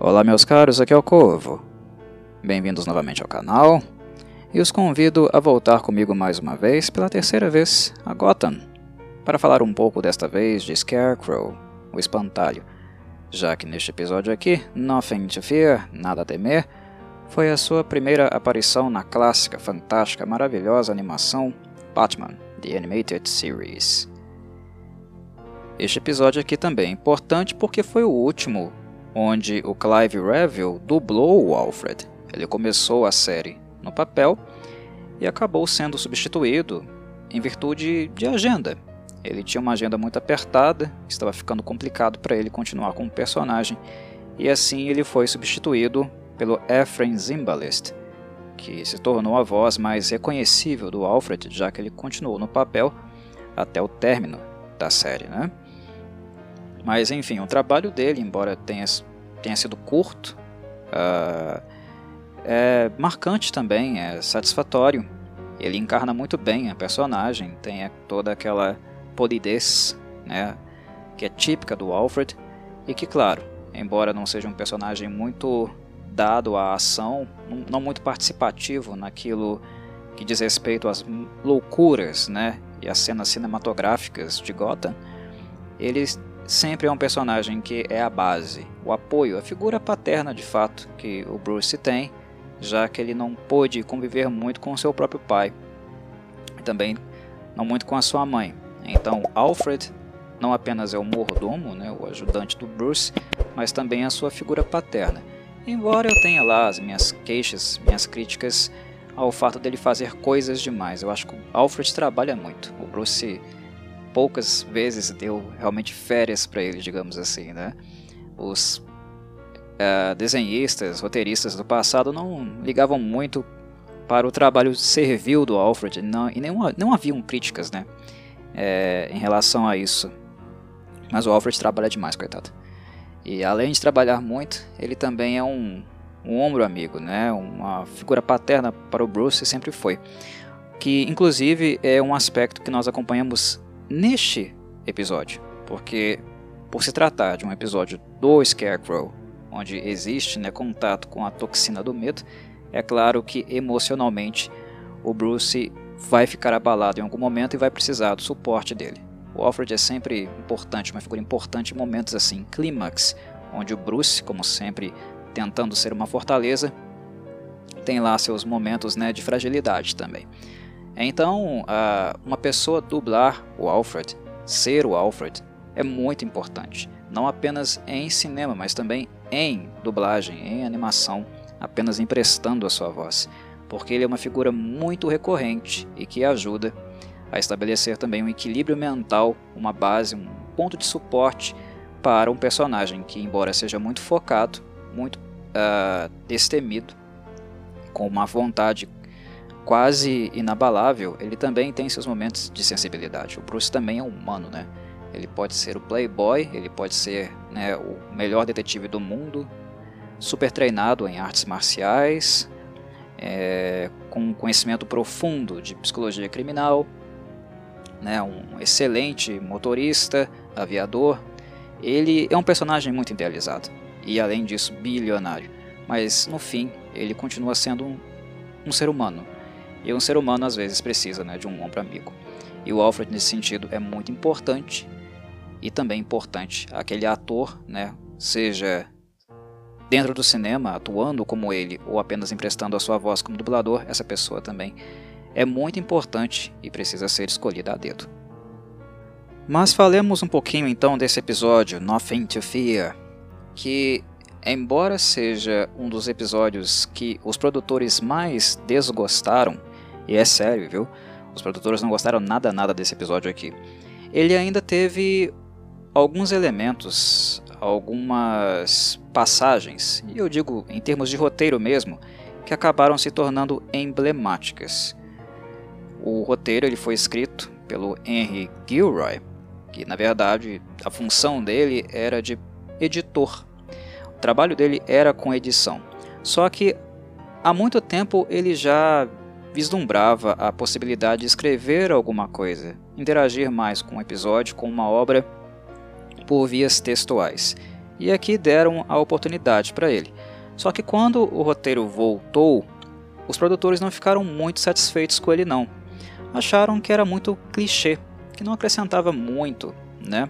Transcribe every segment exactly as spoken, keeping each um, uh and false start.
Olá meus caros, aqui é o Corvo. Bem-vindos novamente ao canal e os convido a voltar comigo mais uma vez, pela terceira vez, a Gotham, para falar um pouco desta vez de Scarecrow, o espantalho, já que neste episódio aqui, Nothing to Fear, nada a temer, foi a sua primeira aparição na clássica, fantástica, maravilhosa animação Batman, The Animated Series. Este episódio aqui também é importante porque foi o último onde o Clive Revill dublou o Alfred. Ele começou a série no papel e acabou sendo substituído em virtude de agenda. Ele tinha uma agenda muito apertada, estava ficando complicado para ele continuar com o personagem, e assim ele foi substituído pelo Ephraim Zimbalist, que se tornou a voz mais reconhecível do Alfred, já que ele continuou no papel até o término da série, né? Mas enfim, o trabalho dele, embora tenha, tenha sido curto, uh, é marcante também, é satisfatório. Ele encarna muito bem a personagem, tem toda aquela polidez, né, que é típica do Alfred, e que, claro, embora não seja um personagem muito dado à ação, não muito participativo naquilo que diz respeito às loucuras, né, e às cenas cinematográficas de Gotham, ele sempre é um personagem que é a base, o apoio, a figura paterna de fato que o Bruce tem, já que ele não pôde conviver muito com seu próprio pai, e também não muito com a sua mãe. Então Alfred não apenas é o mordomo, né, o ajudante do Bruce, mas também a sua figura paterna. Embora eu tenha lá as minhas queixas, minhas críticas ao fato dele fazer coisas demais, eu acho que o Alfred trabalha muito, o Bruce poucas vezes deu realmente férias para ele, digamos assim, né? Os uh, desenhistas, roteiristas do passado não ligavam muito para o trabalho servil do Alfred, não, e nem, não haviam críticas, né, é, em relação a isso. Mas o Alfred trabalha demais, coitado. E além de trabalhar muito, ele também é um, um ombro amigo, né? Uma figura paterna para o Bruce, sempre foi. Que inclusive é um aspecto que nós acompanhamos neste episódio, porque por se tratar de um episódio do Scarecrow, onde existe, né, contato com a toxina do medo, é claro que emocionalmente o Bruce vai ficar abalado em algum momento e vai precisar do suporte dele. O Alfred é sempre importante, uma figura importante em momentos assim, clímax, onde o Bruce, como sempre tentando ser uma fortaleza, tem lá seus momentos, né, de fragilidade também. Então, uma pessoa dublar o Alfred, ser o Alfred, é muito importante. Não apenas em cinema, mas também em dublagem, em animação, apenas emprestando a sua voz. Porque ele é uma figura muito recorrente e que ajuda a estabelecer também um equilíbrio mental, uma base, um ponto de suporte para um personagem que, embora seja muito focado, muito uh, destemido, com uma vontade quase inabalável, ele também tem seus momentos de sensibilidade. O Bruce também é humano, né? Ele pode ser o playboy, ele pode ser, né, o melhor detetive do mundo, super treinado em artes marciais, é, com conhecimento profundo de psicologia criminal, né, um excelente motorista, aviador. Ele é um personagem muito idealizado e, além disso, bilionário. Mas, no fim, ele continua sendo um, um ser humano. E um ser humano às vezes precisa, né, de um ombro amigo. E o Alfred nesse sentido é muito importante. E também importante aquele ator, né, seja dentro do cinema, atuando como ele, ou apenas emprestando a sua voz como dublador, essa pessoa também é muito importante e precisa ser escolhida a dedo. Mas falemos um pouquinho então desse episódio, Nothing to Fear, que, embora seja um dos episódios que os produtores mais desgostaram, e é sério, viu? Os produtores não gostaram nada nada desse episódio aqui. Ele ainda teve alguns elementos, algumas passagens, e eu digo em termos de roteiro mesmo, que acabaram se tornando emblemáticas. O roteiro ele foi escrito pelo Henry Gilroy, que na verdade a função dele era de editor. O trabalho dele era com edição. Só que há muito tempo ele já vislumbrava a possibilidade de escrever alguma coisa, interagir mais com o episódio, com uma obra por vias textuais. e aqui deram a oportunidade para ele. Só que quando o roteiro voltou, os produtores não ficaram muito satisfeitos com ele não. Acharam que era muito clichê, que não acrescentava muito, né,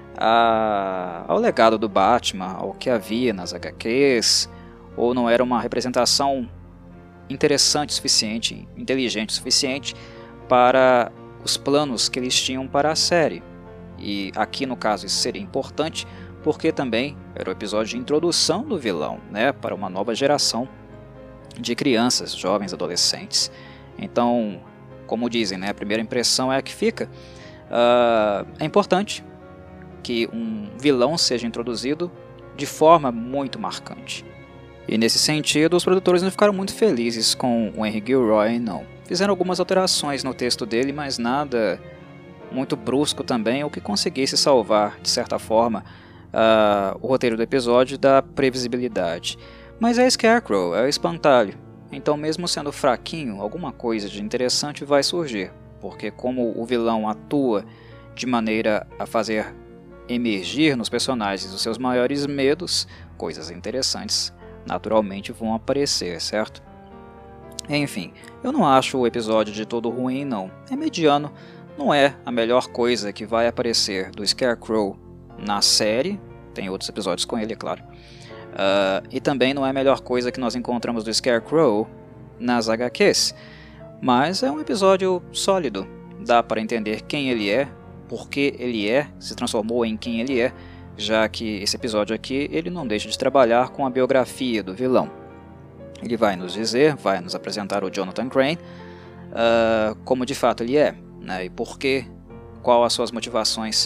a, ao legado do Batman, ao que havia nas agá quês, ou não era uma representação interessante o suficiente, inteligente o suficiente para os planos que eles tinham para a série. E aqui no caso isso seria importante, porque também era o episódio de introdução do vilão, né, para uma nova geração de crianças, jovens, adolescentes. Então, como dizem, né, a primeira impressão é a que fica. Uh, é importante que um vilão seja introduzido de forma muito marcante. E nesse sentido, os produtores não ficaram muito felizes com o Henry Gilroy, não. Fizeram algumas alterações no texto dele, mas nada muito brusco também, ou que conseguisse salvar, de certa forma, uh, o roteiro do episódio da previsibilidade. Mas é Scarecrow, é o espantalho. Então, mesmo sendo fraquinho, alguma coisa de interessante vai surgir. Porque como o vilão atua de maneira a fazer emergir nos personagens os seus maiores medos, coisas interessantes naturalmente vão aparecer, certo? Enfim, eu não acho o episódio de todo ruim não. É mediano, não é a melhor coisa que vai aparecer do Scarecrow na série, tem outros episódios com ele, é claro. Uh, e também não é a melhor coisa que nós encontramos do Scarecrow nas agá quês. Mas é um episódio sólido, dá para entender quem ele é, por que ele é, se transformou em quem ele é, já que esse episódio aqui ele não deixa de trabalhar com a biografia do vilão. Ele vai nos dizer, vai nos apresentar o Jonathan Crane, uh, como de fato ele é, né, e por que, qual as suas motivações,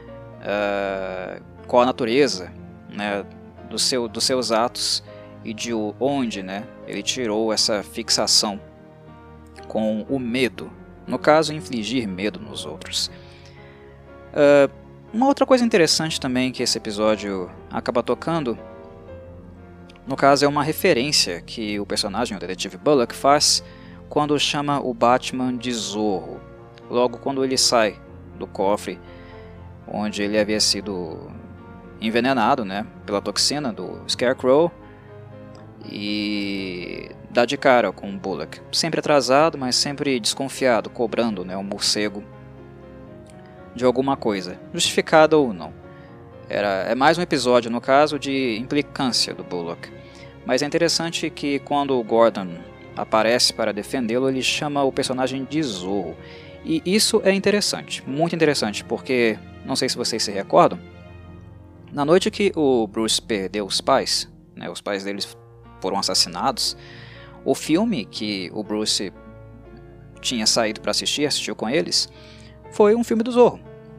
uh, qual a natureza, né, do seu, dos seus atos e de onde, né, ele tirou essa fixação com o medo, no caso, infligir medo nos outros. Uh, uma outra coisa interessante também que esse episódio acaba tocando, no caso, é uma referência que o personagem, o detetive Bullock, faz quando chama o Batman de Zorro, logo quando ele sai do cofre onde ele havia sido envenenado, né, pela toxina do Scarecrow, e dá de cara com o Bullock, sempre atrasado, mas sempre desconfiado, cobrando, né, o morcego de alguma coisa, justificada ou não. Era, é mais um episódio, no caso, de implicância do Bullock. Mas é interessante que quando o Gordon aparece para defendê-lo, ele chama o personagem de Zorro. E isso é interessante, muito interessante, porque, não sei se vocês se recordam, na noite que o Bruce perdeu os pais, né, os pais deles foram assassinados, o filme que o Bruce tinha saído para assistir, assistiu com eles, foi um filme do Zorro.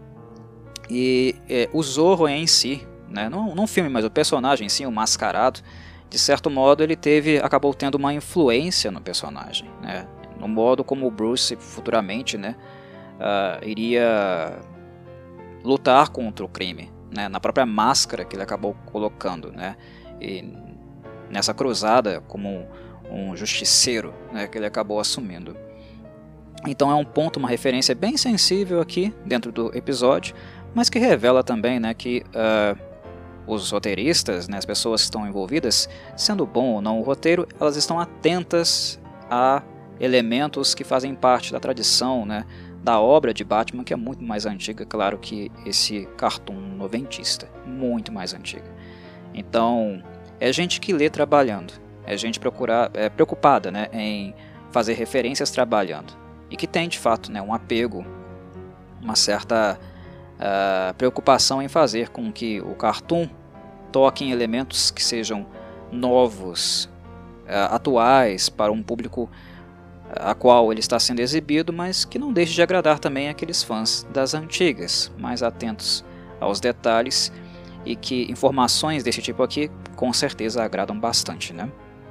E é, o Zorro em si, né, não, não o filme, mas o personagem em si, o mascarado, de certo modo ele teve, acabou tendo uma influência no personagem, né, no modo como o Bruce futuramente, né, uh, iria lutar contra o crime, né, na própria máscara que ele acabou colocando, né, e nessa cruzada como um, um justiceiro, né, que ele acabou assumindo. Então é um ponto, uma referência bem sensível aqui dentro do episódio, mas que revela também, né, que uh, os roteiristas, né, as pessoas que estão envolvidas, sendo bom ou não o roteiro, elas estão atentas a elementos que fazem parte da tradição, né, da obra de Batman, que é muito mais antiga, claro, que esse cartoon noventista, muito mais antiga. Então, é gente que lê trabalhando, é gente procurar, é, preocupada, né, em fazer referências trabalhando, e que tem, de fato, né, um apego, uma certa uh, preocupação em fazer com que o cartoon toque em elementos que sejam novos, uh, atuais, para um público a qual ele está sendo exibido, mas que não deixe de agradar também aqueles fãs das antigas, mais atentos aos detalhes, e que informações desse tipo aqui com certeza agradam bastante, né?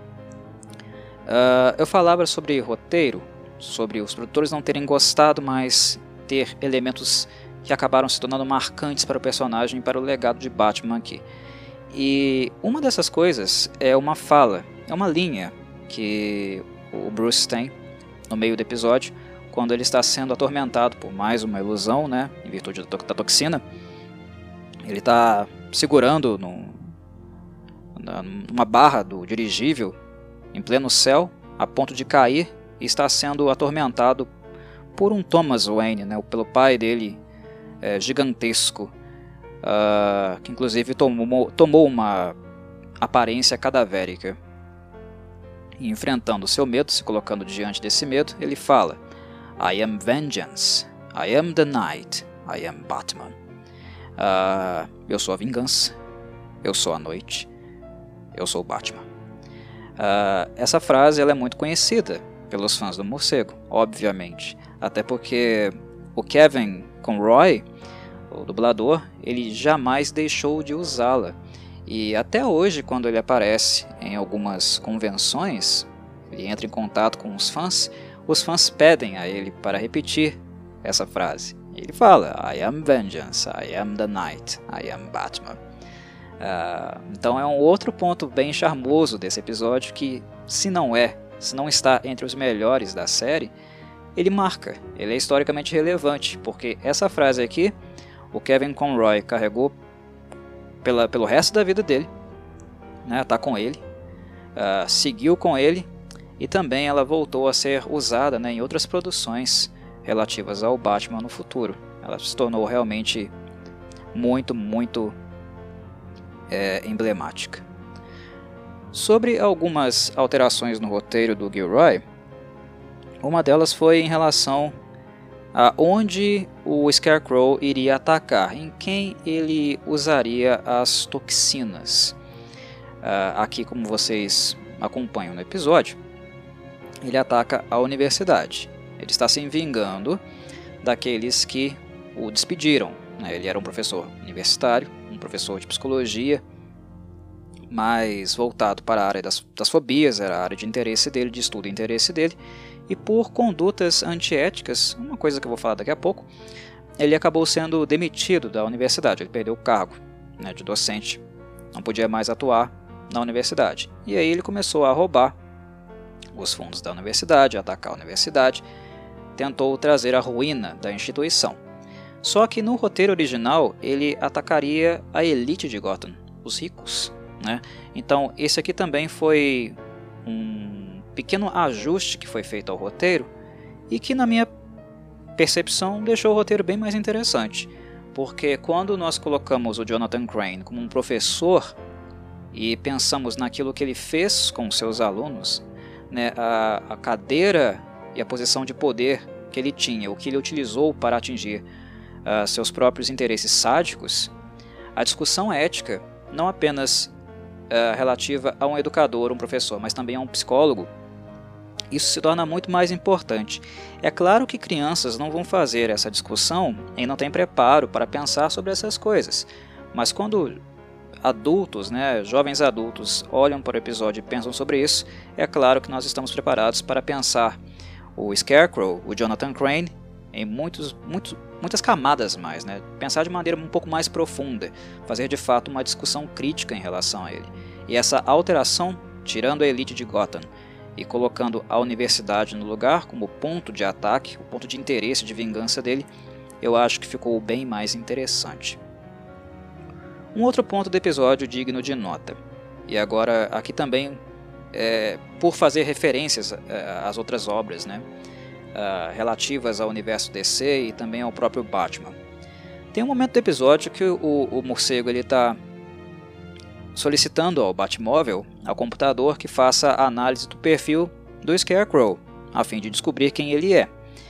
Uh, eu falava sobre roteiro, sobre os produtores não terem gostado, mas ter elementos que acabaram se tornando marcantes para o personagem e para o legado de Batman aqui. E uma dessas coisas é uma fala, é uma linha que o Bruce tem no meio do episódio, quando ele está sendo atormentado por mais uma ilusão, né, em virtude da toxina. Ele está segurando no, numa barra do dirigível, em pleno céu, a ponto de cair, e está sendo atormentado por um Thomas Wayne, né, pelo pai dele, é, gigantesco, uh, que inclusive tomou, tomou uma aparência cadavérica. E enfrentando o seu medo, se colocando diante desse medo, ele fala: I am vengeance, I am the night, I am Batman. Uh, eu sou a vingança, eu sou a noite, eu sou o Batman. Uh, essa frase ela é muito conhecida pelos fãs do morcego, obviamente. Até porque o Kevin Conroy, o dublador, ele jamais deixou de usá-la. E até hoje, quando ele aparece em algumas convenções, ele entra em contato com os fãs, os fãs pedem a ele para repetir essa frase. Ele fala: I am vengeance, I am the night, I am Batman. Uh, então é um outro ponto bem charmoso desse episódio que, se não é, se não está entre os melhores da série, ele marca, ele é historicamente relevante, porque essa frase aqui, o Kevin Conroy carregou pela, pelo resto da vida dele, né, tá com ele, uh, seguiu com ele, e também ela voltou a ser usada, né, em outras produções relativas ao Batman no futuro. Ela se tornou realmente muito, muito é, emblemática. Sobre algumas alterações no roteiro do Gilroy, uma delas foi em relação a onde o Scarecrow iria atacar, em quem ele usaria as toxinas. Uh, aqui, como vocês acompanham no episódio, ele ataca a universidade. Ele está se vingando daqueles que o despediram, né? Ele era um professor universitário, um professor de psicologia, mais voltado para a área das, das fobias, era a área de interesse dele, de estudo e interesse dele, e por condutas antiéticas, uma coisa que eu vou falar daqui a pouco, ele acabou sendo demitido da universidade, ele perdeu o cargo, né, de docente, não podia mais atuar na universidade. E aí ele começou a roubar os fundos da universidade, a atacar a universidade, tentou trazer a ruína da instituição. Só que no roteiro original ele atacaria a elite de Gotham, os ricos, né? Então esse aqui também foi um pequeno ajuste que foi feito ao roteiro e que, na minha percepção, deixou o roteiro bem mais interessante, porque quando nós colocamos o Jonathan Crane como um professor e pensamos naquilo que ele fez com seus alunos, né, a, a cadeira e a posição de poder que ele tinha, o que ele utilizou para atingir uh, seus próprios interesses sádicos, a discussão ética, não apenas uh, relativa a um educador, um professor, mas também a um psicólogo, isso se torna muito mais importante. É claro que crianças não vão fazer essa discussão e não têm preparo para pensar sobre essas coisas, mas quando adultos, né, jovens adultos, olham para o episódio e pensam sobre isso, é claro que nós estamos preparados para pensar o Scarecrow, o Jonathan Crane, em muitos, muitos, muitas camadas mais, né? Pensar de maneira um pouco mais profunda, fazer de fato uma discussão crítica em relação a ele. E essa alteração, tirando a elite de Gotham e colocando a universidade no lugar como ponto de ataque, o ponto de interesse, de vingança dele, eu acho que ficou bem mais interessante. Um outro ponto do episódio digno de nota, e agora aqui também é, por fazer referências é, às outras obras, né, é, relativas ao universo D C e também ao próprio Batman. Tem um momento do episódio que o, o morcego está solicitando ao Batmóvel, ao computador, que faça a análise do perfil do Scarecrow, a fim de descobrir quem ele é.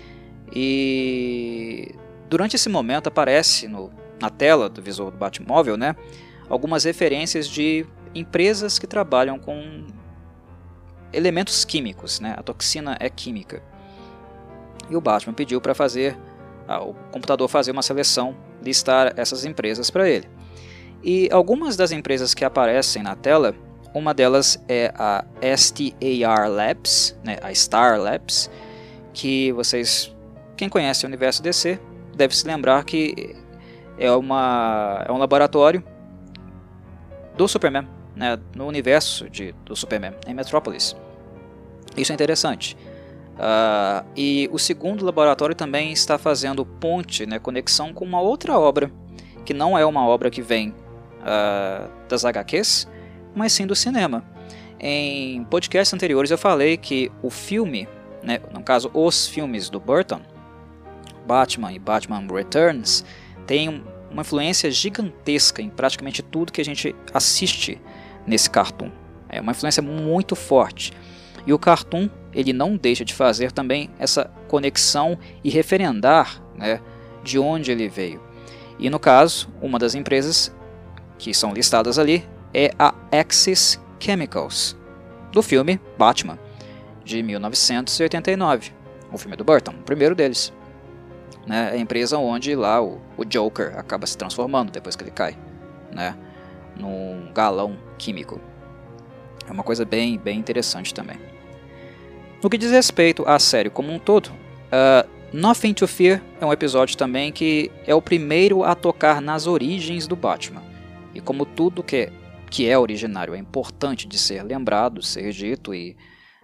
E durante esse momento aparece no, na tela do visor do Batmóvel, né, algumas referências de empresas que trabalham com elementos químicos, né? A toxina é química. E o Batman pediu para fazer, ah, o computador fazer uma seleção, listar essas empresas para ele. E algumas das empresas que aparecem na tela, uma delas é a S T A R Labs, né, a Star Labs, que vocês, quem conhece o universo D C, deve se lembrar que é, uma, é um laboratório do Superman, né, no universo de, do Superman, em Metrópolis. Isso é interessante. Uh, e o segundo laboratório também está fazendo ponte, né, conexão com uma outra obra, que não é uma obra que vem uh, das H Qs, mas sim do cinema. Em podcasts anteriores eu falei que o filme, né, no caso os filmes do Burton, Batman e Batman Returns, tem uma influência gigantesca em praticamente tudo que a gente assiste nesse cartoon. É uma influência muito forte. E o cartoon, ele não deixa de fazer também essa conexão e referendar, né, de onde ele veio. E no caso, uma das empresas que são listadas ali é a Axis Chemicals, do filme Batman, de mil novecentos e oitenta e nove, o filme do Burton, o primeiro deles. Né, é a empresa onde lá o, o Joker acaba se transformando depois que ele cai, né, num galão químico. É uma coisa bem, bem interessante também. No que diz respeito à série como um todo, uh, Nothing to Fear é um episódio também que é o primeiro a tocar nas origens do Batman. E como tudo que é, que é originário é importante de ser lembrado, ser dito e,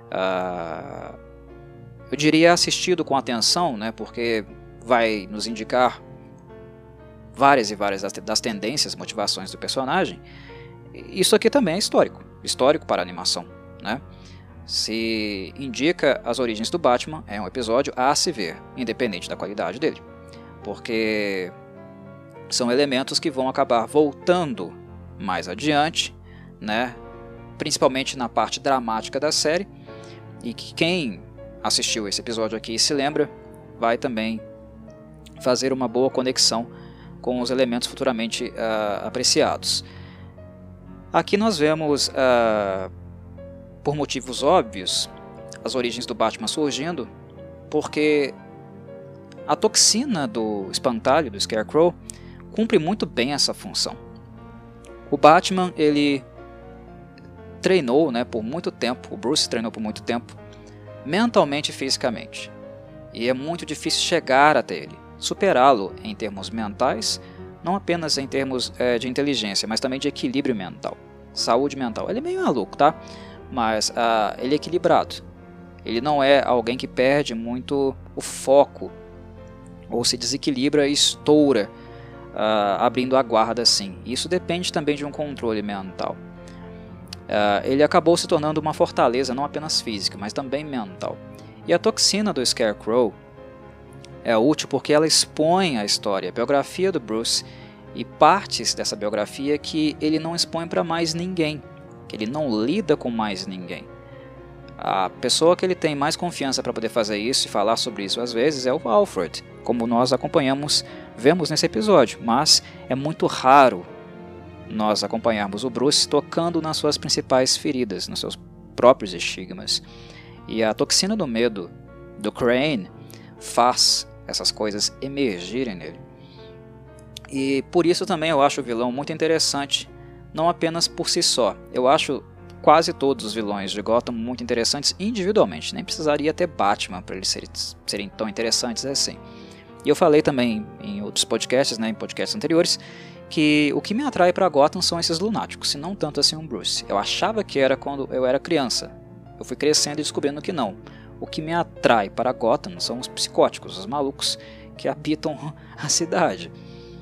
uh, eu diria, assistido com atenção, né, porque vai nos indicar várias e várias das tendências, motivações do personagem. Isso aqui também é histórico, histórico para a animação, né? Se indica as origens do Batman, é um episódio a se ver, independente da qualidade dele, porque são elementos que vão acabar voltando mais adiante, né? Principalmente na parte dramática da série, e que quem assistiu esse episódio aqui e se lembra, vai também fazer uma boa conexão com os elementos futuramente uh, apreciados. Aqui nós vemos, uh, por motivos óbvios, as origens do Batman surgindo, porque a toxina do espantalho, do Scarecrow, cumpre muito bem essa função. O Batman, ele treinou, né, por muito tempo, o Bruce treinou por muito tempo, mentalmente e fisicamente. E é muito difícil chegar até ele, superá-lo em termos mentais, não apenas em termos é, de inteligência, mas também de equilíbrio mental, saúde mental. Ele é meio maluco, tá? Mas ah, ele é equilibrado. Ele não é alguém que perde muito o foco, ou se desequilibra e estoura, ah, abrindo a guarda assim. Isso depende também de um controle mental. Ah, ele acabou se tornando uma fortaleza não apenas física, mas também mental. E a toxina do Scarecrow é útil porque ela expõe a história, a biografia do Bruce e partes dessa biografia que ele não expõe para mais ninguém, que ele não lida com mais ninguém. A pessoa que ele tem mais confiança para poder fazer isso e falar sobre isso às vezes é o Alfred, como nós acompanhamos, vemos nesse episódio, mas é muito raro nós acompanharmos o Bruce tocando nas suas principais feridas, nos seus próprios estigmas. E a toxina do medo do Crane faz essas coisas emergirem nele. E por isso também eu acho o vilão muito interessante, não apenas por si só. Eu acho quase todos os vilões de Gotham muito interessantes individualmente, nem precisaria ter Batman para eles serem, serem tão interessantes assim. E eu falei também em outros podcasts, né, em podcasts anteriores, que o que me atrai para Gotham são esses lunáticos, e não tanto assim um Bruce. Eu achava que era quando eu era criança. Eu fui crescendo e descobrindo que não. O que me atrai para Gotham são os psicóticos, os malucos que habitam a cidade,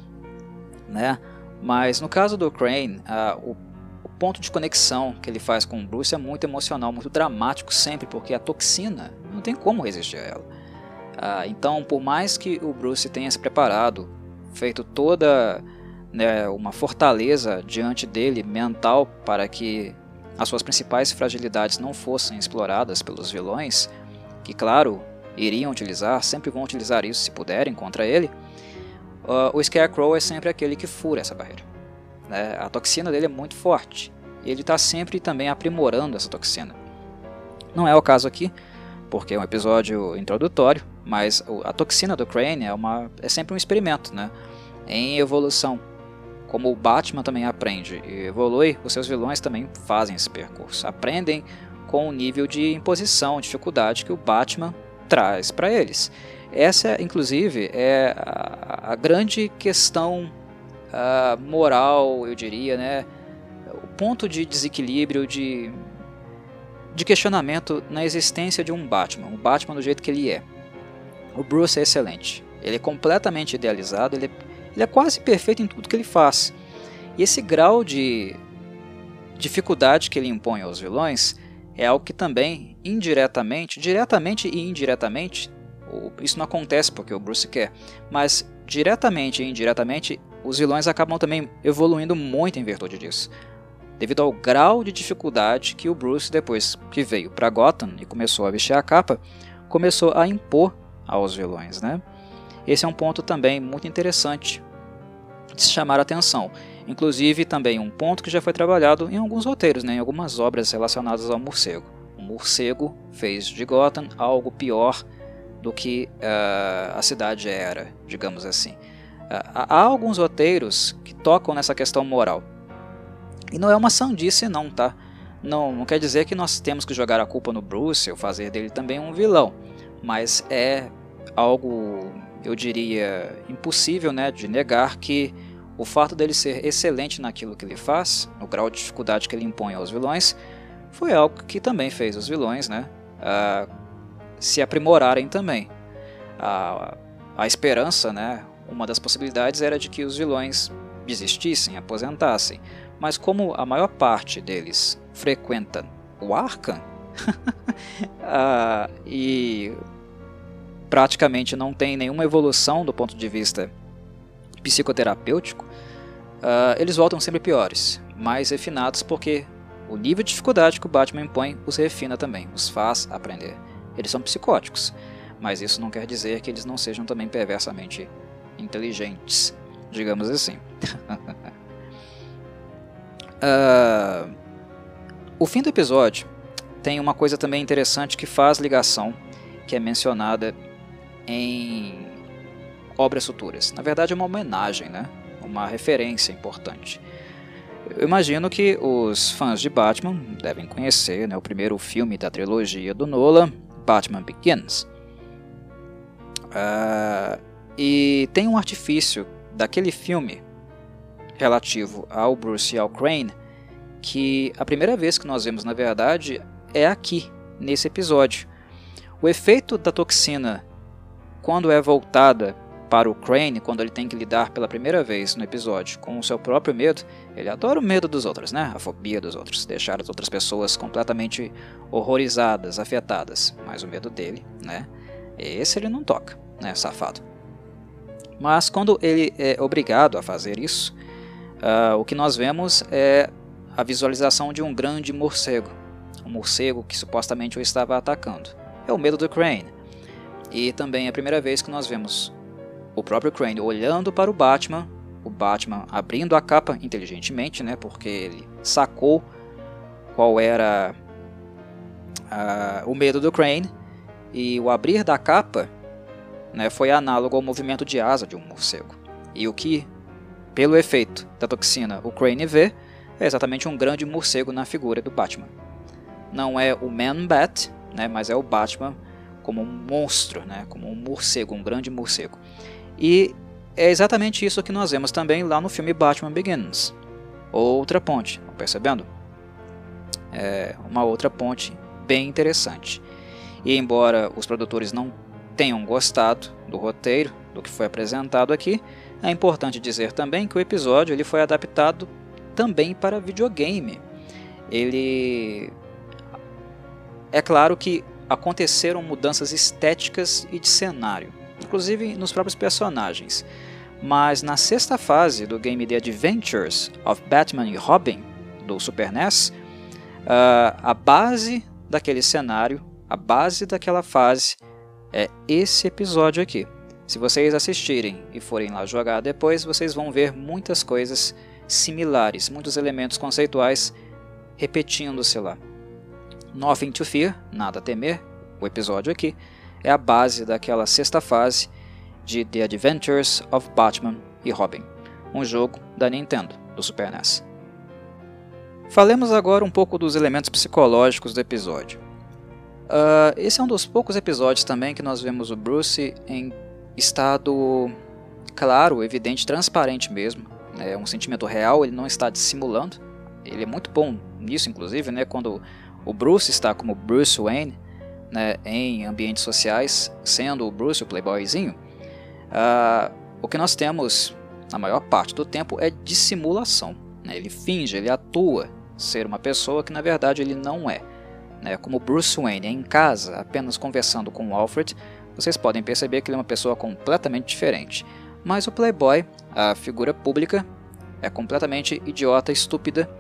né? Mas no caso do Crane, uh, o, o ponto de conexão que ele faz com o Bruce é muito emocional, muito dramático sempre, porque a toxina não tem como resistir a ela. Uh, então, por mais que o Bruce tenha se preparado, feito toda, né, uma fortaleza diante dele, mental, para que as suas principais fragilidades não fossem exploradas pelos vilões, que claro, iriam utilizar, sempre vão utilizar isso se puderem contra ele, uh, o Scarecrow é sempre aquele que fura essa barreira, né? A toxina dele é muito forte, e ele está sempre também aprimorando essa toxina. Não é o caso aqui, porque é um episódio introdutório, mas a toxina do Crane é, uma, é sempre um experimento, né, em evolução. Como o Batman também aprende e evolui, os seus vilões também fazem esse percurso. Aprendem com o nível de imposição, dificuldade que o Batman traz para eles. Essa, inclusive, é a, a grande questão a moral, eu diria, né? O ponto de desequilíbrio, de, de questionamento na existência de um Batman. O Batman do jeito que ele é. O Bruce é excelente. Ele é completamente idealizado, ele é Ele é quase perfeito em tudo que ele faz. E esse grau de, dificuldade que ele impõe aos vilões é algo que também, indiretamente, diretamente e indiretamente, isso não acontece porque o Bruce quer, mas diretamente e indiretamente, os vilões acabam também evoluindo muito em virtude disso. Devido ao grau de dificuldade que o Bruce, depois que veio para Gotham e começou a vestir a capa, começou a impor aos vilões, né? Esse é um ponto também muito interessante de se chamar a atenção. Inclusive também um ponto que já foi trabalhado em alguns roteiros, né, em algumas obras relacionadas ao morcego. O morcego fez de Gotham algo pior do que uh, a cidade era, digamos assim. Uh, há alguns roteiros que tocam nessa questão moral. E não é uma sandice não, tá? Não, não quer dizer que nós temos que jogar a culpa no Bruce ou fazer dele também um vilão. Mas é algo, eu diria, impossível, né, de negar que o fato dele ser excelente naquilo que ele faz, no grau de dificuldade que ele impõe aos vilões, foi algo que também fez os vilões, né, uh, se aprimorarem também. A, a esperança, né, uma das possibilidades era de que os vilões desistissem, aposentassem. Mas como a maior parte deles frequenta o Arkham uh, e praticamente não tem nenhuma evolução do ponto de vista psicoterapêutico, uh, eles voltam sempre piores, mais refinados, porque o nível de dificuldade que o Batman impõe os refina também, os faz aprender. Eles são psicóticos, mas isso não quer dizer que eles não sejam também perversamente inteligentes, digamos assim. uh, o fim do episódio tem uma coisa também interessante que faz ligação, que é mencionada em obras futuras. Na verdade é uma homenagem, né? Uma referência importante. Eu imagino que os fãs de Batman devem conhecer, né, o primeiro filme da trilogia do Nolan, Batman Begins. Uh, e tem um artifício daquele filme relativo ao Bruce e ao Crane que a primeira vez que nós vemos, na verdade, é aqui, nesse episódio. O efeito da toxina, quando é voltada para o Crane, quando ele tem que lidar pela primeira vez no episódio com o seu próprio medo, ele adora o medo dos outros, né? A fobia dos outros, deixar as outras pessoas completamente horrorizadas, afetadas, mas o medo dele, né? Esse ele não toca, né? Safado. Mas quando ele é obrigado a fazer isso, uh, o que nós vemos é a visualização de um grande morcego, um morcego que supostamente o estava atacando. É o medo do Crane. E também é a primeira vez que nós vemos o próprio Crane olhando para o Batman, o Batman abrindo a capa inteligentemente, né, porque ele sacou qual era uh, o medo do Crane, e o abrir da capa, né, foi análogo ao movimento de asa de um morcego. E o que, pelo efeito da toxina, o Crane vê é exatamente um grande morcego na figura do Batman. Não é o Man-Bat, né, mas é o Batman como um monstro, né, como um morcego, um grande morcego. E é exatamente isso que nós vemos também lá no filme Batman Begins. Outra ponte, estão percebendo? É uma outra ponte bem interessante. E embora os produtores não tenham gostado do roteiro, do que foi apresentado aqui, é importante dizer também que o episódio ele foi adaptado também para videogame. Ele... É claro que aconteceram mudanças estéticas e de cenário, inclusive nos próprios personagens. Mas na sexta fase do game The Adventures of Batman e Robin, do Super N E S, uh, a base daquele cenário, a base daquela fase, é esse episódio aqui. Se vocês assistirem e forem lá jogar depois, vocês vão ver muitas coisas similares, muitos elementos conceituais repetindo-se lá. Nothing to Fear, nada a temer, o episódio aqui, é a base daquela sexta fase de The Adventures of Batman e Robin, um jogo da Nintendo, do Super N E S. Falemos agora um pouco dos elementos psicológicos do episódio. Uh, esse é um dos poucos episódios também que nós vemos o Bruce em estado claro, evidente, transparente mesmo. É um sentimento real, ele não está dissimulando. Ele é muito bom nisso, inclusive, né, quando o Bruce está como Bruce Wayne, né, em ambientes sociais, sendo o Bruce o playboyzinho. Uh, o que nós temos, na maior parte do tempo, é dissimulação. Né? Ele finge, ele atua ser uma pessoa que na verdade ele não é. Né? Como Bruce Wayne é em casa, apenas conversando com o Alfred, vocês podem perceber que ele é uma pessoa completamente diferente. Mas o Playboy, a figura pública, é completamente idiota, estúpida,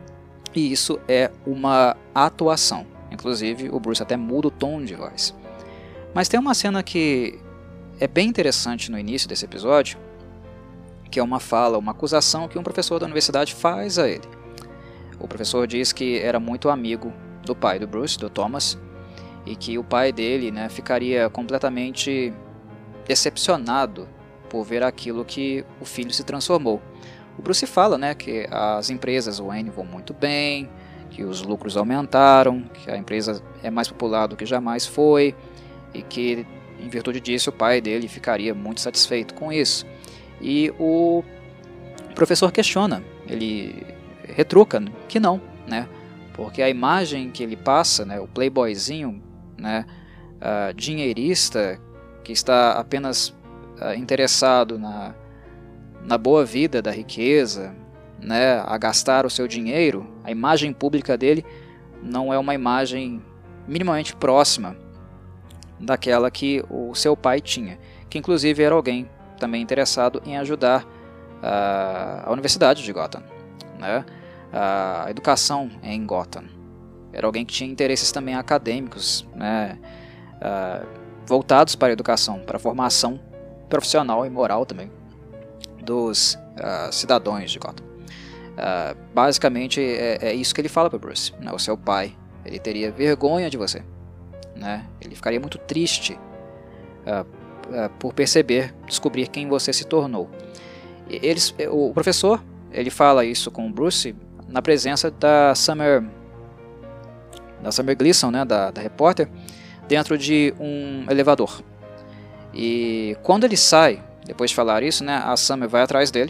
e isso é uma atuação. Inclusive, o Bruce até muda o tom de voz. Mas tem uma cena que é bem interessante no início desse episódio, que é uma fala, uma acusação que um professor da universidade faz a ele. O professor diz que era muito amigo do pai do Bruce, do Thomas, e que o pai dele, né, ficaria completamente decepcionado por ver aquilo que o filho se transformou. O Bruce fala, né, que as empresas Wayne vão muito bem, que os lucros aumentaram, que a empresa é mais popular do que jamais foi, e que, em virtude disso, o pai dele ficaria muito satisfeito com isso. E o professor questiona, ele retruca que não, né, porque a imagem que ele passa, né, o playboyzinho, né, uh, dinheirista, que está apenas uh, interessado na, na boa vida da riqueza, né, a gastar o seu dinheiro, a imagem pública dele não é uma imagem minimamente próxima daquela que o seu pai tinha, que inclusive era alguém também interessado em ajudar uh, a Universidade de Gotham, né, a educação em Gotham. Era alguém que tinha interesses também acadêmicos, né, uh, voltados para a educação, para a formação profissional e moral também dos uh, cidadãos de Gotham. Uh, basicamente é, é isso que ele fala para Bruce, né? O seu pai, ele teria vergonha de você, né? Ele ficaria muito triste uh, uh, por perceber, descobrir quem você se tornou. E eles, o professor, ele fala isso com o Bruce na presença da Summer, da Summer Gleason, né? da, da repórter, dentro de um elevador. E quando ele sai, depois de falar isso, né, a Summer vai atrás dele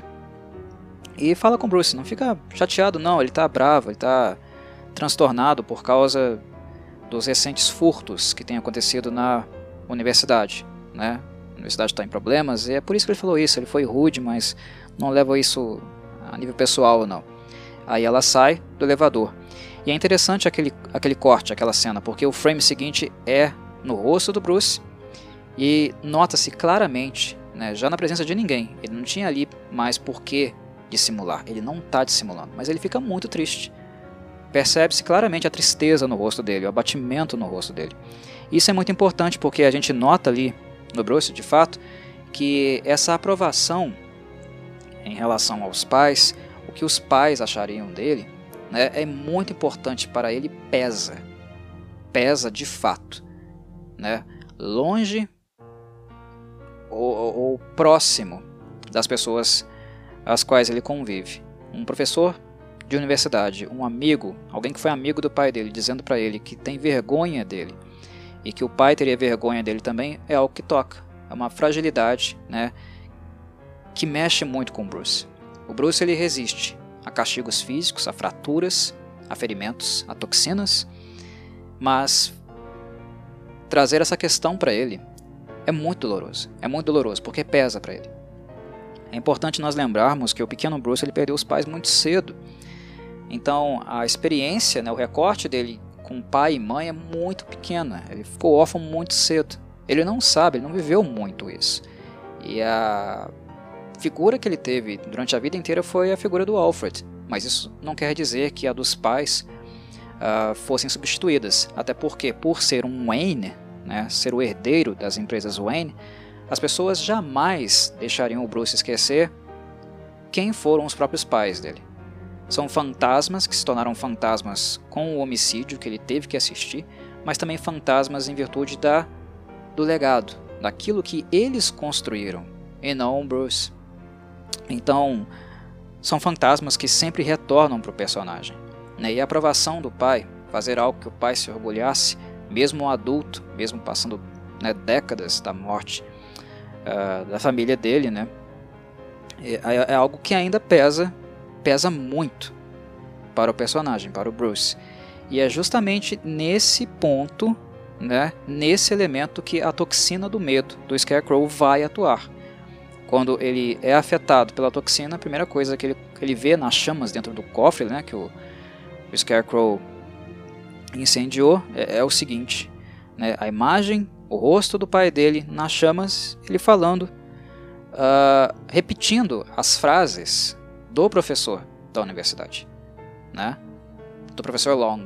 e fala com o Bruce, não fica chateado não, ele está bravo, ele está transtornado por causa dos recentes furtos que têm acontecido na universidade, né? A universidade está em problemas e é por isso que ele falou isso, ele foi rude, mas não leva isso a nível pessoal não. Aí ela sai do elevador. E é interessante aquele, aquele corte, aquela cena, porque o frame seguinte é no rosto do Bruce e nota-se claramente, né, já na presença de ninguém, ele não tinha ali mais por que dissimular, ele não está dissimulando, mas ele fica muito triste. Percebe-se claramente a tristeza no rosto dele, o abatimento no rosto dele. Isso é muito importante porque a gente nota ali no Bruce, de fato, que essa aprovação em relação aos pais, o que os pais achariam dele, né, é muito importante para ele, pesa. Pesa de fato. Né, longe ou, ou, ou próximo das pessoas às quais ele convive. Um professor de universidade, um amigo, alguém que foi amigo do pai dele, dizendo para ele que tem vergonha dele e que o pai teria vergonha dele também, é algo que toca. É uma fragilidade, né, que mexe muito com o Bruce. O Bruce ele resiste a castigos físicos, a fraturas, a ferimentos, a toxinas, mas trazer essa questão para ele é muito doloroso. É muito doloroso porque pesa para ele. É importante nós lembrarmos que o pequeno Bruce ele perdeu os pais muito cedo. Então a experiência, né, o recorte dele com pai e mãe é muito pequena. Ele ficou órfão muito cedo. Ele não sabe, ele não viveu muito isso. E a figura que ele teve durante a vida inteira foi a figura do Alfred. Mas isso não quer dizer que a dos pais uh, fossem substituídas. Até porque, por ser um Wayne, né, ser o herdeiro das empresas Wayne, as pessoas jamais deixariam o Bruce esquecer quem foram os próprios pais dele. São fantasmas que se tornaram fantasmas com o homicídio que ele teve que assistir, mas também fantasmas em virtude da, do legado, daquilo que eles construíram, e não o Bruce. Então, são fantasmas que sempre retornam para o personagem. Né? E a aprovação do pai, fazer algo que o pai se orgulhasse, mesmo um adulto, mesmo passando, né, décadas da morte uh, da família dele, né, é, é algo que ainda pesa, pesa muito para o personagem, para o Bruce. E é justamente nesse ponto, né, nesse elemento que a toxina do medo do Scarecrow vai atuar. Quando ele é afetado pela toxina, a primeira coisa que ele, que ele vê nas chamas dentro do cofre, né, que o, o Scarecrow incendiou é, é o seguinte, né, a imagem, o rosto do pai dele nas chamas, ele falando, uh, repetindo as frases do professor da universidade, né, do professor Long.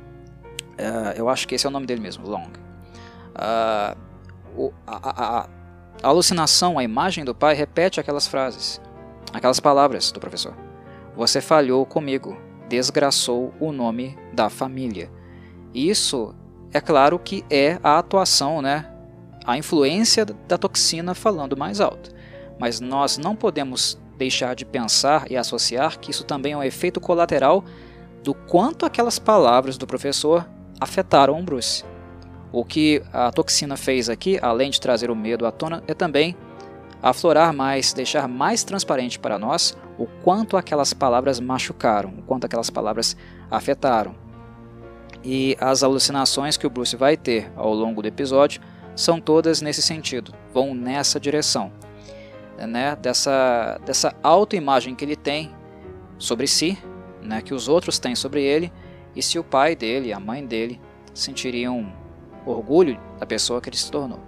Uh, eu acho que esse é o nome dele mesmo, Long. Uh, o, a, a, a alucinação, a imagem do pai repete aquelas frases, aquelas palavras do professor. Você falhou comigo, desgraçou o nome da família. Isso, é claro que é a atuação, né, a influência da toxina falando mais alto. Mas nós não podemos deixar de pensar e associar que isso também é um efeito colateral do quanto aquelas palavras do professor afetaram o Bruce. O que a toxina fez aqui, além de trazer o medo à tona, é também aflorar mais, deixar mais transparente para nós o quanto aquelas palavras machucaram, o quanto aquelas palavras afetaram. E as alucinações que o Bruce vai ter ao longo do episódio são todas nesse sentido, vão nessa direção, né? dessa, dessa autoimagem que ele tem sobre si, né? Que os outros têm sobre ele, e se o pai dele, a mãe dele, sentiriam orgulho da pessoa que ele se tornou.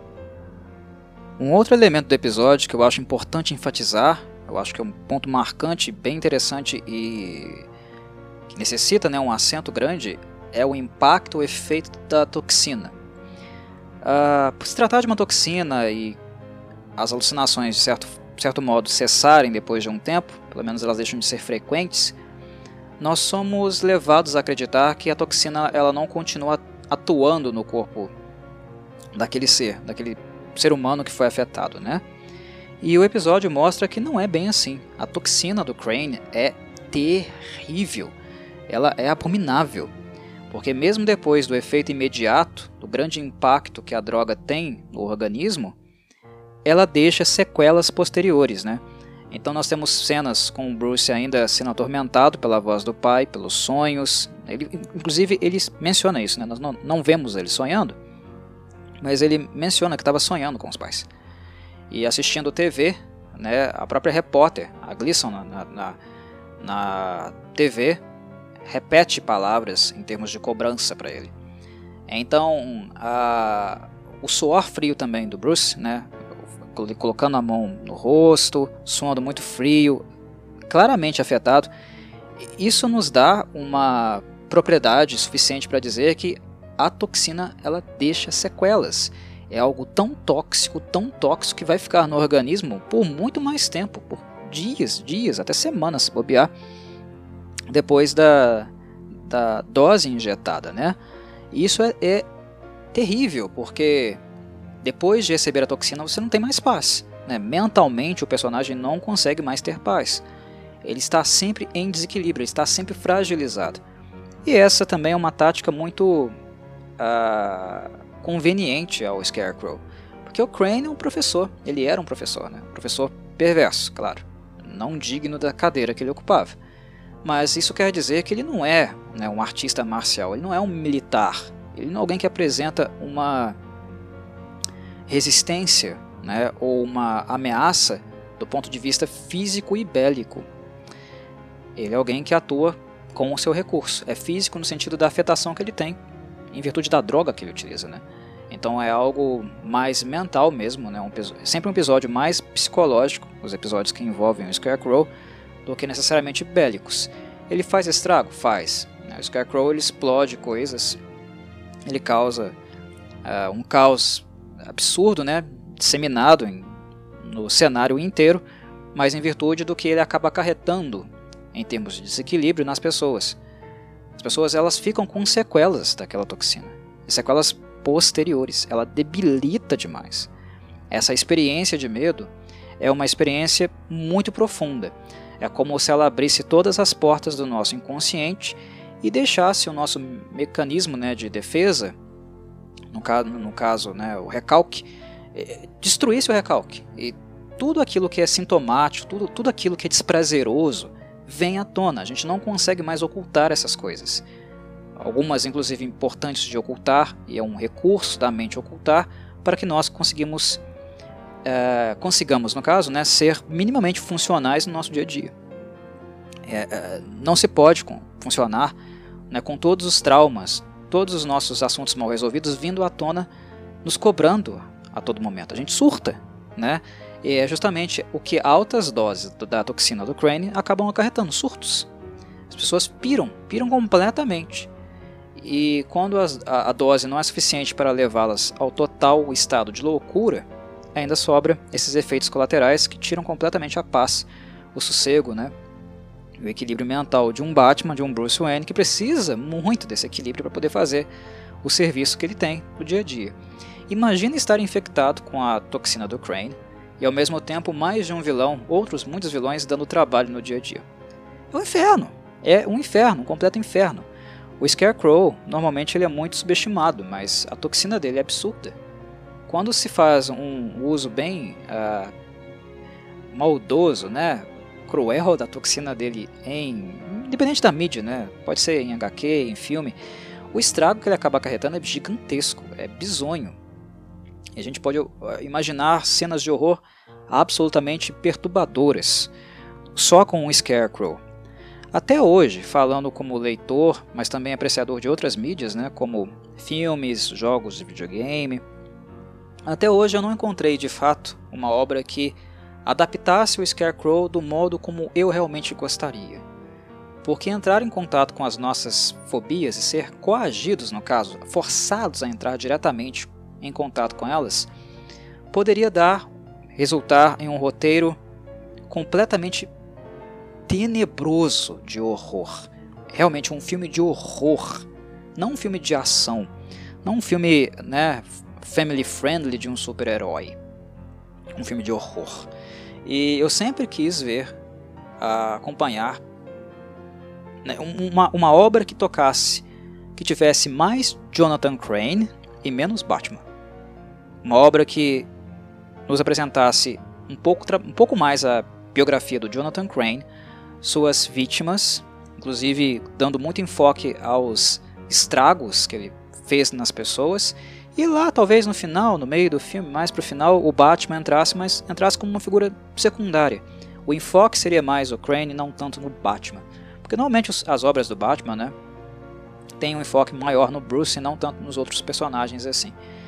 Um outro elemento do episódio que eu acho importante enfatizar, eu acho que é um ponto marcante, bem interessante e que necessita, né, um acento grande, é o impacto, o efeito da toxina. Uh, por se tratar de uma toxina e as alucinações, de certo, certo modo, cessarem depois de um tempo, pelo menos elas deixam de ser frequentes, nós somos levados a acreditar que a toxina ela não continua atuando no corpo daquele ser, daquele ser humano que foi afetado, né? E o episódio mostra que não é bem assim. A toxina do Crane é terrível, ela é abominável, porque mesmo depois do efeito imediato, do grande impacto que a droga tem no organismo, ela deixa sequelas posteriores, né? Então nós temos cenas com o Bruce ainda sendo atormentado pela voz do pai, pelos sonhos. Ele, inclusive ele menciona isso, né? Nós não, não vemos ele sonhando, mas ele menciona que estava sonhando com os pais. E assistindo T V, né, a própria repórter, a Gleason, na, na, na T V, repete palavras em termos de cobrança para ele. Então, a, o suor frio também do Bruce, né, colocando a mão no rosto, suando muito frio, claramente afetado, isso nos dá uma propriedade suficiente para dizer que a toxina ela deixa sequelas. É algo tão tóxico, tão tóxico que vai ficar no organismo por muito mais tempo, por dias, dias, até semanas, se bobear, depois da, da dose injetada, né? E isso é, é terrível, porque depois de receber a toxina você não tem mais paz, né? Mentalmente o personagem não consegue mais ter paz. Ele está sempre em desequilíbrio, ele está sempre fragilizado. E essa também é uma tática muito uh, conveniente ao Scarecrow, porque o Crane é um professor, ele era um professor, né? Um professor perverso, claro, não digno da cadeira que ele ocupava. Mas isso quer dizer que ele não é, né, um artista marcial, ele não é um militar, ele não é alguém que apresenta uma resistência, né, ou uma ameaça do ponto de vista físico e bélico. Ele é alguém que atua com o seu recurso, é físico no sentido da afetação que ele tem, em virtude da droga que ele utiliza, né? Então é algo mais mental mesmo, né? Um, sempre um episódio mais psicológico, os episódios que envolvem o Scarecrow, do que necessariamente bélicos. Ele faz estrago? Faz. O Scarecrow ele explode coisas, ele causa uh, um caos absurdo, né? Disseminado em, no cenário inteiro, mas em virtude do que ele acaba acarretando em termos de desequilíbrio nas pessoas. As pessoas elas ficam com sequelas daquela toxina, sequelas posteriores, ela debilita demais. Essa experiência de medo é uma experiência muito profunda. É como se ela abrisse todas as portas do nosso inconsciente e deixasse o nosso mecanismo, né, de defesa, no caso, no caso né, o recalque, destruísse o recalque. E tudo aquilo que é sintomático, tudo, tudo aquilo que é desprazeroso, vem à tona. A gente não consegue mais ocultar essas coisas. Algumas, inclusive, importantes de ocultar, e é um recurso da mente ocultar, para que nós conseguimos, é, consigamos, no caso, né, ser minimamente funcionais no nosso dia a dia. É, é, não se pode funcionar né, com todos os traumas, todos os nossos assuntos mal resolvidos vindo à tona, nos cobrando a todo momento. A gente surta, né? E é justamente o que altas doses da toxina do Crane acabam acarretando, surtos. As pessoas piram, piram completamente. E quando as, a, a dose não é suficiente para levá-las ao total estado de loucura, ainda sobra esses efeitos colaterais que tiram completamente a paz, o sossego, né? O equilíbrio mental de um Batman, de um Bruce Wayne, que precisa muito desse equilíbrio para poder fazer o serviço que ele tem no dia a dia. Imagina estar infectado com a toxina do Crane e ao mesmo tempo mais de um vilão, outros muitos vilões dando trabalho no dia a dia. É um inferno, é um inferno, um completo inferno. O Scarecrow, normalmente ele é muito subestimado, mas a toxina dele é absurda. Quando se faz um uso bem uh, maldoso, né, cruel da toxina dele, em, independente da mídia, né, pode ser em H Q, em filme, o estrago que ele acaba acarretando é gigantesco, é bizonho. E a gente pode uh, imaginar cenas de horror absolutamente perturbadoras, só com o Scarecrow. Até hoje, falando como leitor, mas também apreciador de outras mídias, né, como filmes, jogos de videogame, até hoje eu não encontrei de fato uma obra que adaptasse o Scarecrow do modo como eu realmente gostaria. Porque entrar em contato com as nossas fobias e ser coagidos, no caso, forçados a entrar diretamente em contato com elas, poderia dar, resultar em um roteiro completamente tenebroso de horror. Realmente um filme de horror, não um filme de ação, não um filme, né, family friendly de um super-herói, um filme de horror. E eu sempre quis ver, uh, acompanhar, né, uma, uma obra que tocasse, que tivesse mais Jonathan Crane e menos Batman. Uma obra que nos apresentasse um pouco, um pouco mais a biografia do Jonathan Crane, suas vítimas, inclusive dando muito enfoque aos estragos que ele fez nas pessoas, e lá talvez no final, no meio do filme, mais pro final, o Batman entrasse, mas entrasse como uma figura secundária. O enfoque seria mais o Crane, não tanto no Batman, porque normalmente os, as obras do Batman, né, tem um enfoque maior no Bruce e não tanto nos outros personagens assim.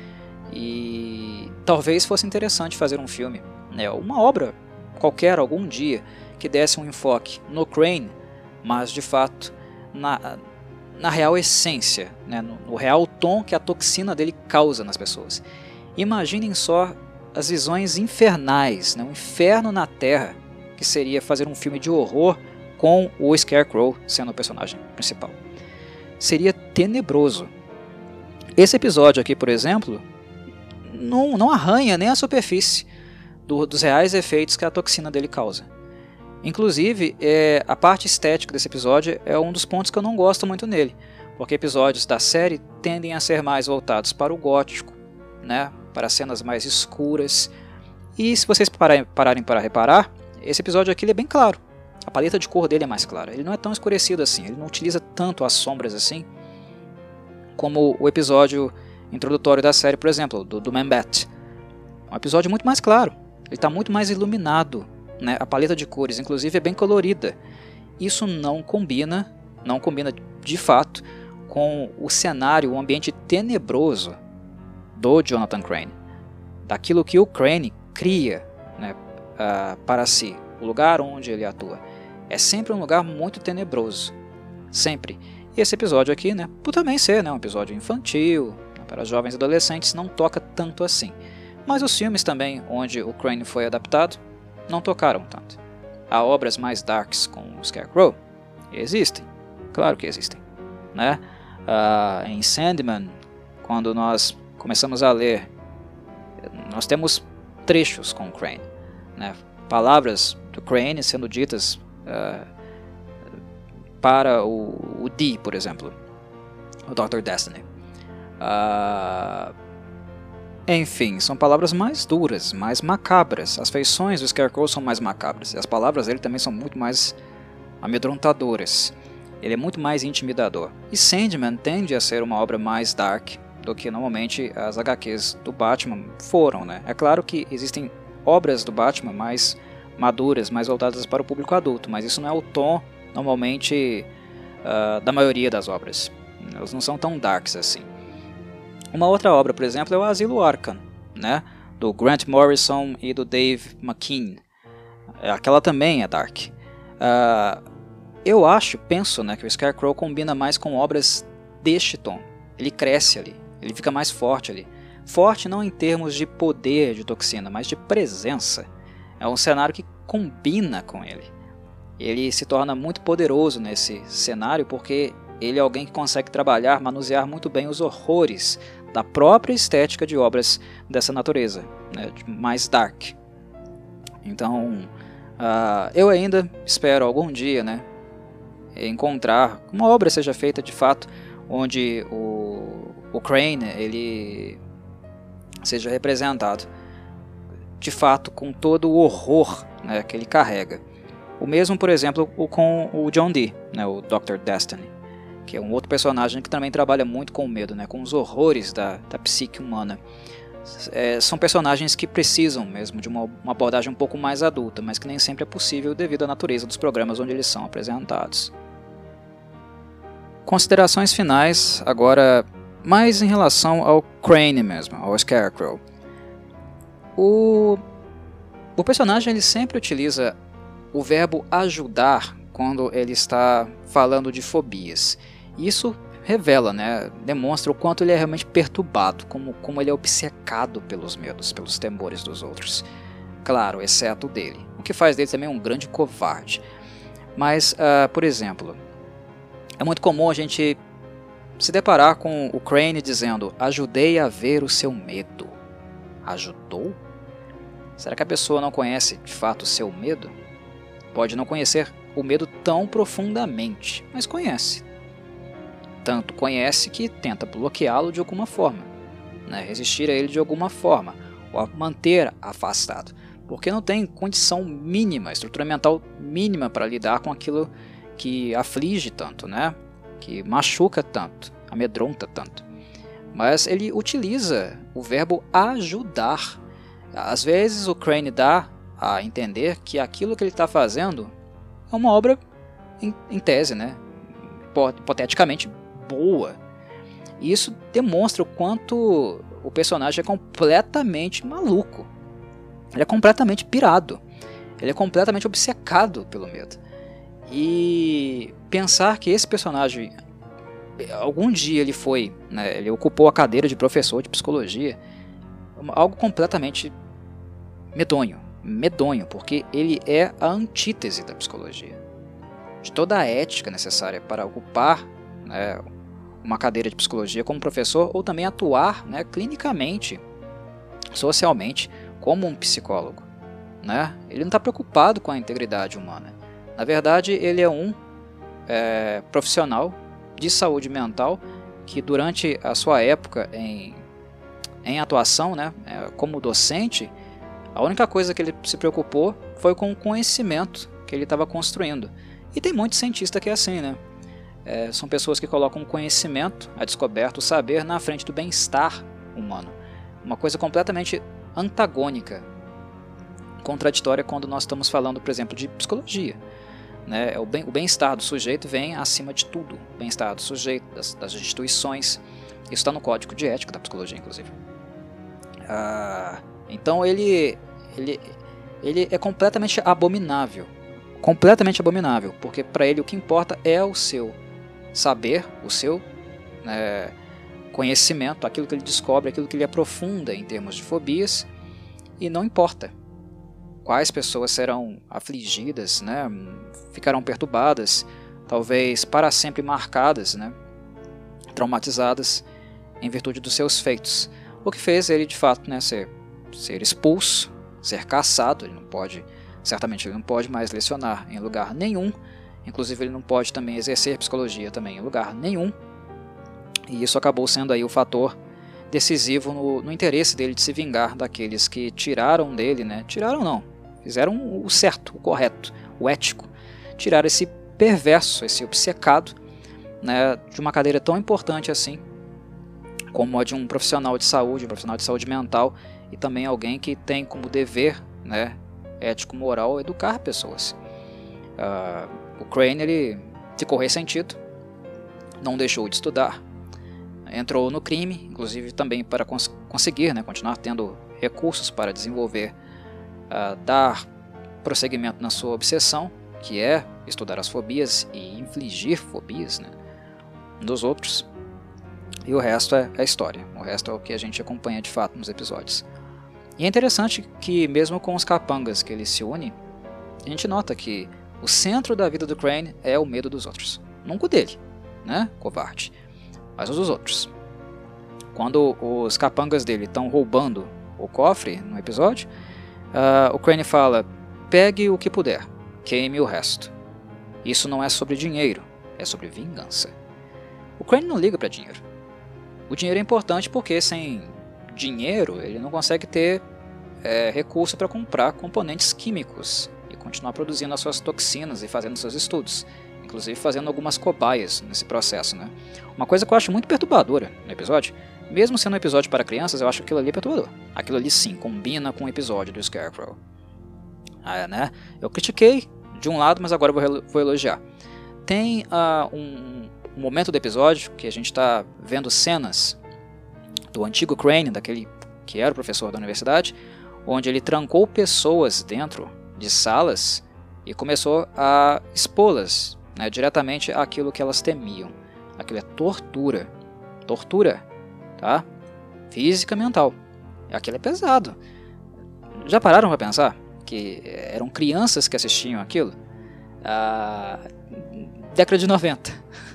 E talvez fosse interessante fazer um filme, né, uma obra qualquer algum dia que desse um enfoque no Crane, mas de fato na, na real essência, né, no, no real tom que a toxina dele causa nas pessoas. Imaginem só as visões infernais, né, um inferno na Terra, que seria fazer um filme de horror com o Scarecrow sendo o personagem principal. Seria tenebroso. Esse episódio aqui, por exemplo, não, não arranha nem a superfície do, dos reais efeitos que a toxina dele causa. Inclusive, é, a parte estética desse episódio é um dos pontos que eu não gosto muito nele, porque episódios da série tendem a ser mais voltados para o gótico, né, para cenas mais escuras. E se vocês pararem, pararem para reparar, esse episódio aqui ele é bem claro. A paleta de cor dele é mais clara. Ele não é tão escurecido assim, ele não utiliza tanto as sombras assim, como o episódio introdutório da série, por exemplo, do, do Man-Bat. É um episódio muito mais claro, ele está muito mais iluminado. Né, a paleta de cores, inclusive, é bem colorida. Isso não combina, não combina de fato com o cenário, o ambiente tenebroso do Jonathan Crane, daquilo que o Crane cria, né, uh, para si, o lugar onde ele atua. É sempre um lugar muito tenebroso, sempre. E esse episódio aqui, né, por também ser, né, um episódio infantil, né, para jovens e adolescentes, não toca tanto assim. Mas os filmes também, onde o Crane foi adaptado, não tocaram tanto. Há obras mais darks com o Scarecrow? Existem, claro que existem, né? Uh, em Sandman, quando nós começamos a ler, nós temos trechos com o Crane, né? Palavras do Crane sendo ditas uh, para o, o D, por exemplo, o doutor Destiny. Uh, Enfim, são palavras mais duras, mais macabras. As feições do Scarecrow são mais macabras. E as palavras dele também são muito mais amedrontadoras. Ele é muito mais intimidador. E Sandman tende a ser uma obra mais dark do que normalmente as H Qs do Batman foram, né? É claro que existem obras do Batman mais maduras, mais voltadas para o público adulto, mas isso não é o tom normalmente uh, da maioria das obras. Elas não são tão darks assim. Uma outra obra, por exemplo, é o Asilo Arkham, né? Do Grant Morrison e do Dave McKean. Aquela também é dark. Uh, eu acho, penso, né, que o Scarecrow combina mais com obras deste tom. Ele cresce ali, ele fica mais forte ali. Forte não em termos de poder de toxina, mas de presença. É um cenário que combina com ele. Ele se torna muito poderoso nesse cenário porque ele é alguém que consegue trabalhar, manusear muito bem os horrores da própria estética de obras dessa natureza, né, mais dark. Então, uh, eu ainda espero algum dia, né, encontrar uma obra seja feita de fato onde o, o Crane ele seja representado de fato com todo o horror, né, que ele carrega. O mesmo, por exemplo, o, com o John Dee, né, o doutor Destiny, que é um outro personagem que também trabalha muito com o medo, né, com os horrores da, da psique humana. É, são personagens que precisam mesmo de uma, uma abordagem um pouco mais adulta, mas que nem sempre é possível devido à natureza dos programas onde eles são apresentados. Considerações finais, agora mais em relação ao Crane mesmo, ao Scarecrow. O, o personagem ele sempre utiliza o verbo ajudar quando ele está falando de fobias. Isso revela, né, demonstra o quanto ele é realmente perturbado, como, como ele é obcecado pelos medos, pelos temores dos outros. Claro, exceto o dele, o que faz dele também um grande covarde. Mas, uh, por exemplo, é muito comum a gente se deparar com o Crane dizendo: ajudei a ver o seu medo. Ajudou? Será que a pessoa não conhece de fato o seu medo? Pode não conhecer o medo tão profundamente, mas conhece. Tanto conhece que tenta bloqueá-lo de alguma forma, né? Resistir a ele de alguma forma, ou manter afastado, porque não tem condição mínima, estrutura mental mínima para lidar com aquilo que aflige tanto, né? Que machuca tanto, amedronta tanto. Mas ele utiliza o verbo ajudar. Às vezes o Crane dá a entender que aquilo que ele está fazendo é uma obra em, em tese, né? Hipoteticamente boa. E isso demonstra o quanto o personagem é completamente maluco. Ele é completamente pirado. Ele é completamente obcecado pelo medo. E pensar que esse personagem, algum dia ele foi, né, ele ocupou a cadeira de professor de psicologia, algo completamente medonho. Medonho, porque ele é a antítese da psicologia. De toda a ética necessária para ocupar, né, uma cadeira de psicologia como professor, ou também atuar, né, clinicamente, socialmente, como um psicólogo, né? Ele não está preocupado com a integridade humana. Na verdade, ele é um é, profissional de saúde mental que durante a sua época em, em atuação, né, como docente, a única coisa que ele se preocupou foi com o conhecimento que ele estava construindo. E tem muito cientista que é assim, né? É, são pessoas que colocam o conhecimento, a descoberta, o saber na frente do bem-estar humano. Uma coisa completamente antagônica, contraditória quando nós estamos falando, por exemplo, de psicologia. Né? O, bem, o bem-estar do sujeito vem acima de tudo. O bem-estar do sujeito, das, das instituições. Isso está no código de ética da psicologia, inclusive. Ah, então ele, ele, ele é completamente abominável. Completamente abominável, porque para ele o que importa é o seu saber, o seu é, conhecimento, aquilo que ele descobre, aquilo que ele aprofunda em termos de fobias, e não importa quais pessoas serão afligidas, né, ficarão perturbadas, talvez para sempre marcadas, né, traumatizadas em virtude dos seus feitos, o que fez ele de fato, né, ser, ser expulso, ser caçado. Ele não pode, certamente ele não pode mais lecionar em lugar nenhum. Inclusive ele não pode também exercer psicologia também em lugar nenhum. E isso acabou sendo aí o fator decisivo no, no interesse dele de se vingar daqueles que tiraram dele, né? Tiraram não, fizeram o certo, o correto, o ético. Tiraram esse perverso, esse obcecado, né, de uma cadeira tão importante assim, como a de um profissional de saúde, um profissional de saúde mental, e também alguém que tem como dever, né, ético-moral, educar pessoas. Uh, o Crane, ele ficou ressentido, não deixou de estudar, entrou no crime, inclusive também para cons conseguir né, continuar tendo recursos para desenvolver, uh, dar prosseguimento na sua obsessão, que é estudar as fobias e infligir fobias, né, dos outros. E o resto é a história, o resto é o que a gente acompanha de fato nos episódios. E é interessante que mesmo com os capangas que ele se une, a gente nota que o centro da vida do Crane é o medo dos outros. Nunca o dele, né, covarde, mas os dos outros. Quando os capangas dele estão roubando o cofre no episódio, uh, o Crane fala: pegue o que puder, queime o resto. Isso não é sobre dinheiro, é sobre vingança. O Crane não liga para dinheiro. O dinheiro é importante porque sem dinheiro ele não consegue ter é, recurso para comprar componentes químicos e continuar produzindo as suas toxinas e fazendo seus estudos, inclusive fazendo algumas cobaias nesse processo, né? Uma coisa que eu acho muito perturbadora no episódio, mesmo sendo um episódio para crianças, eu acho que aquilo ali é perturbador. Aquilo ali sim combina com o episódio do Scarecrow. Ah, né? Eu critiquei de um lado, mas agora eu vou, vou elogiar. Tem uh, um, um momento do episódio que a gente está vendo cenas do antigo Crane, daquele que era o professor da universidade, onde ele trancou pessoas dentro de salas e começou a expô-las, né, diretamente àquilo que elas temiam. Aquilo é tortura. Tortura, tá? Física e mental. Aquilo é pesado. Já pararam para pensar que eram crianças que assistiam aquilo? Ah, década de noventa.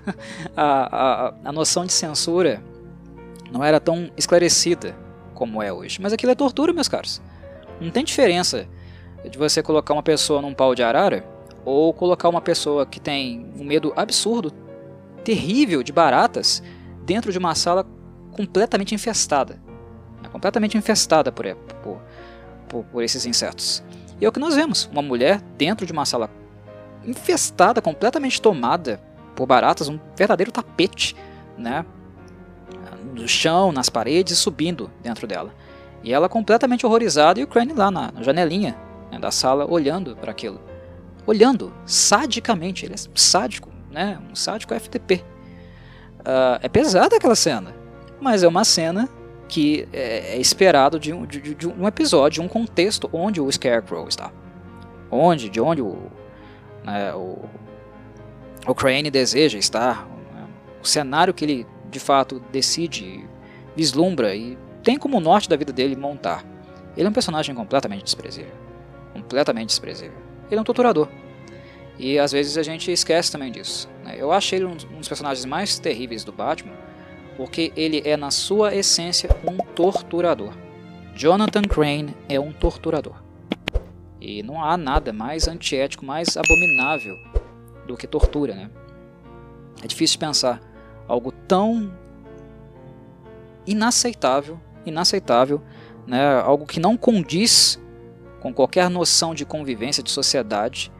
a, a, a noção de censura não era tão esclarecida como é hoje. Mas aquilo é tortura, meus caros. Não tem diferença de você colocar uma pessoa num pau de arara ou colocar uma pessoa que tem um medo absurdo, terrível de baratas dentro de uma sala completamente infestada. Completamente infestada por, por, por, por esses insetos. E é o que nós vemos. Uma mulher dentro de uma sala infestada, completamente tomada por baratas, um verdadeiro tapete, né? No chão, nas paredes, subindo dentro dela. E ela completamente horrorizada e o Crane lá na, na janelinha, né, da sala, olhando para aquilo. Olhando, sadicamente. Ele é sádico, né? Um sádico F T P. Uh, é pesada aquela cena, mas é uma cena que é, é esperado de um, de, de um episódio, de um contexto onde o Scarecrow está. Onde, de onde o, né, o, o Crane deseja estar. Né, o cenário que ele de fato decide, vislumbra e tem como norte da vida dele montar. Ele é um personagem completamente desprezível. Completamente desprezível. Ele é um torturador. E às vezes a gente esquece também disso. Né? Eu acho ele um dos personagens mais terríveis do Batman, porque ele é na sua essência um torturador. Jonathan Crane é um torturador. E não há nada mais antiético, mais abominável do que tortura, né? É difícil de pensar algo tão inaceitável, inaceitável, né? Algo que não condiz com qualquer noção de convivência, de sociedade.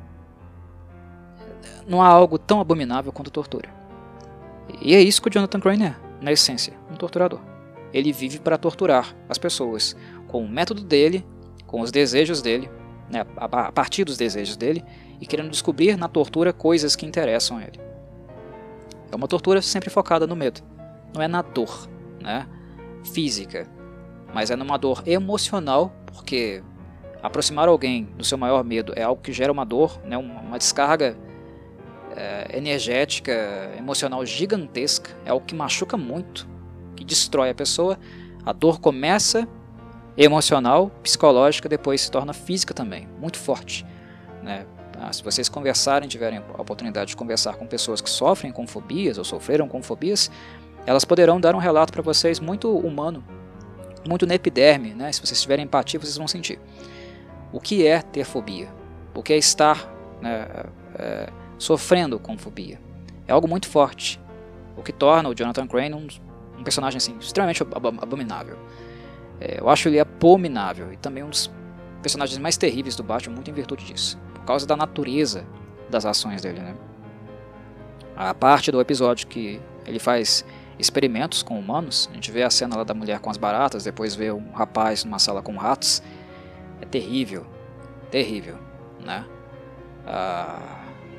Não há algo tão abominável quanto tortura. E é isso que o Jonathan Crane é, na essência, um torturador. Ele vive para torturar as pessoas, com o método dele, com os desejos dele, né, a partir dos desejos dele, e querendo descobrir na tortura coisas que interessam a ele. É uma tortura sempre focada no medo, não é na dor, né, física, mas é numa dor emocional, porque aproximar alguém do seu maior medo é algo que gera uma dor, né, uma descarga é, energética, emocional gigantesca, é algo que machuca muito, que destrói a pessoa. A dor começa emocional, psicológica, depois se torna física também, muito forte, né? Se vocês conversarem, tiverem a oportunidade de conversar com pessoas que sofrem com fobias ou sofreram com fobias, elas poderão dar um relato para vocês muito humano, muito na epiderme, né? Se vocês tiverem empatia, vocês vão sentir. O que é ter fobia? O que é estar, né, é, sofrendo com fobia? É algo muito forte, o que torna o Jonathan Crane um, um personagem assim, extremamente abominável. É, eu acho ele abominável e também um dos personagens mais terríveis do Batman, muito em virtude disso, por causa da natureza das ações dele, né? A parte do episódio que ele faz experimentos com humanos, a gente vê a cena lá da mulher com as baratas, depois vê um rapaz numa sala com ratos, é terrível, terrível, né? Ah,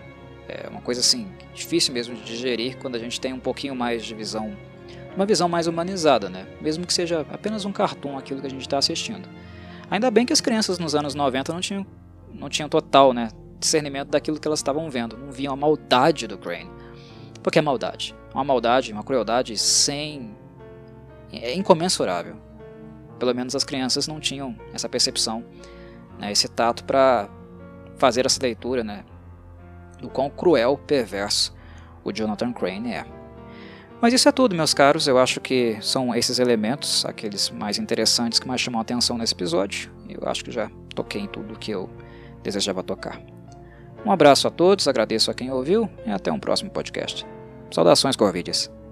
É uma coisa assim, difícil mesmo de digerir quando a gente tem um pouquinho mais de visão, uma visão mais humanizada, né? Mesmo que seja apenas um cartoon aquilo que a gente está assistindo. Ainda bem que as crianças nos anos noventa não tinham, não tinham total, né, discernimento daquilo que elas estavam vendo, não viam a maldade do Crane. Porque é maldade, uma maldade, uma crueldade sem... é incomensurável. Pelo menos as crianças não tinham essa percepção, né, esse tato para fazer essa leitura, né, do quão cruel, perverso o Jonathan Crane é. Mas isso é tudo, meus caros. Eu acho que são esses elementos, aqueles mais interessantes que mais chamam a atenção nesse episódio. Eu acho que já toquei em tudo que eu desejava tocar. Um abraço a todos, agradeço a quem ouviu e até um próximo podcast. Saudações, Corvides!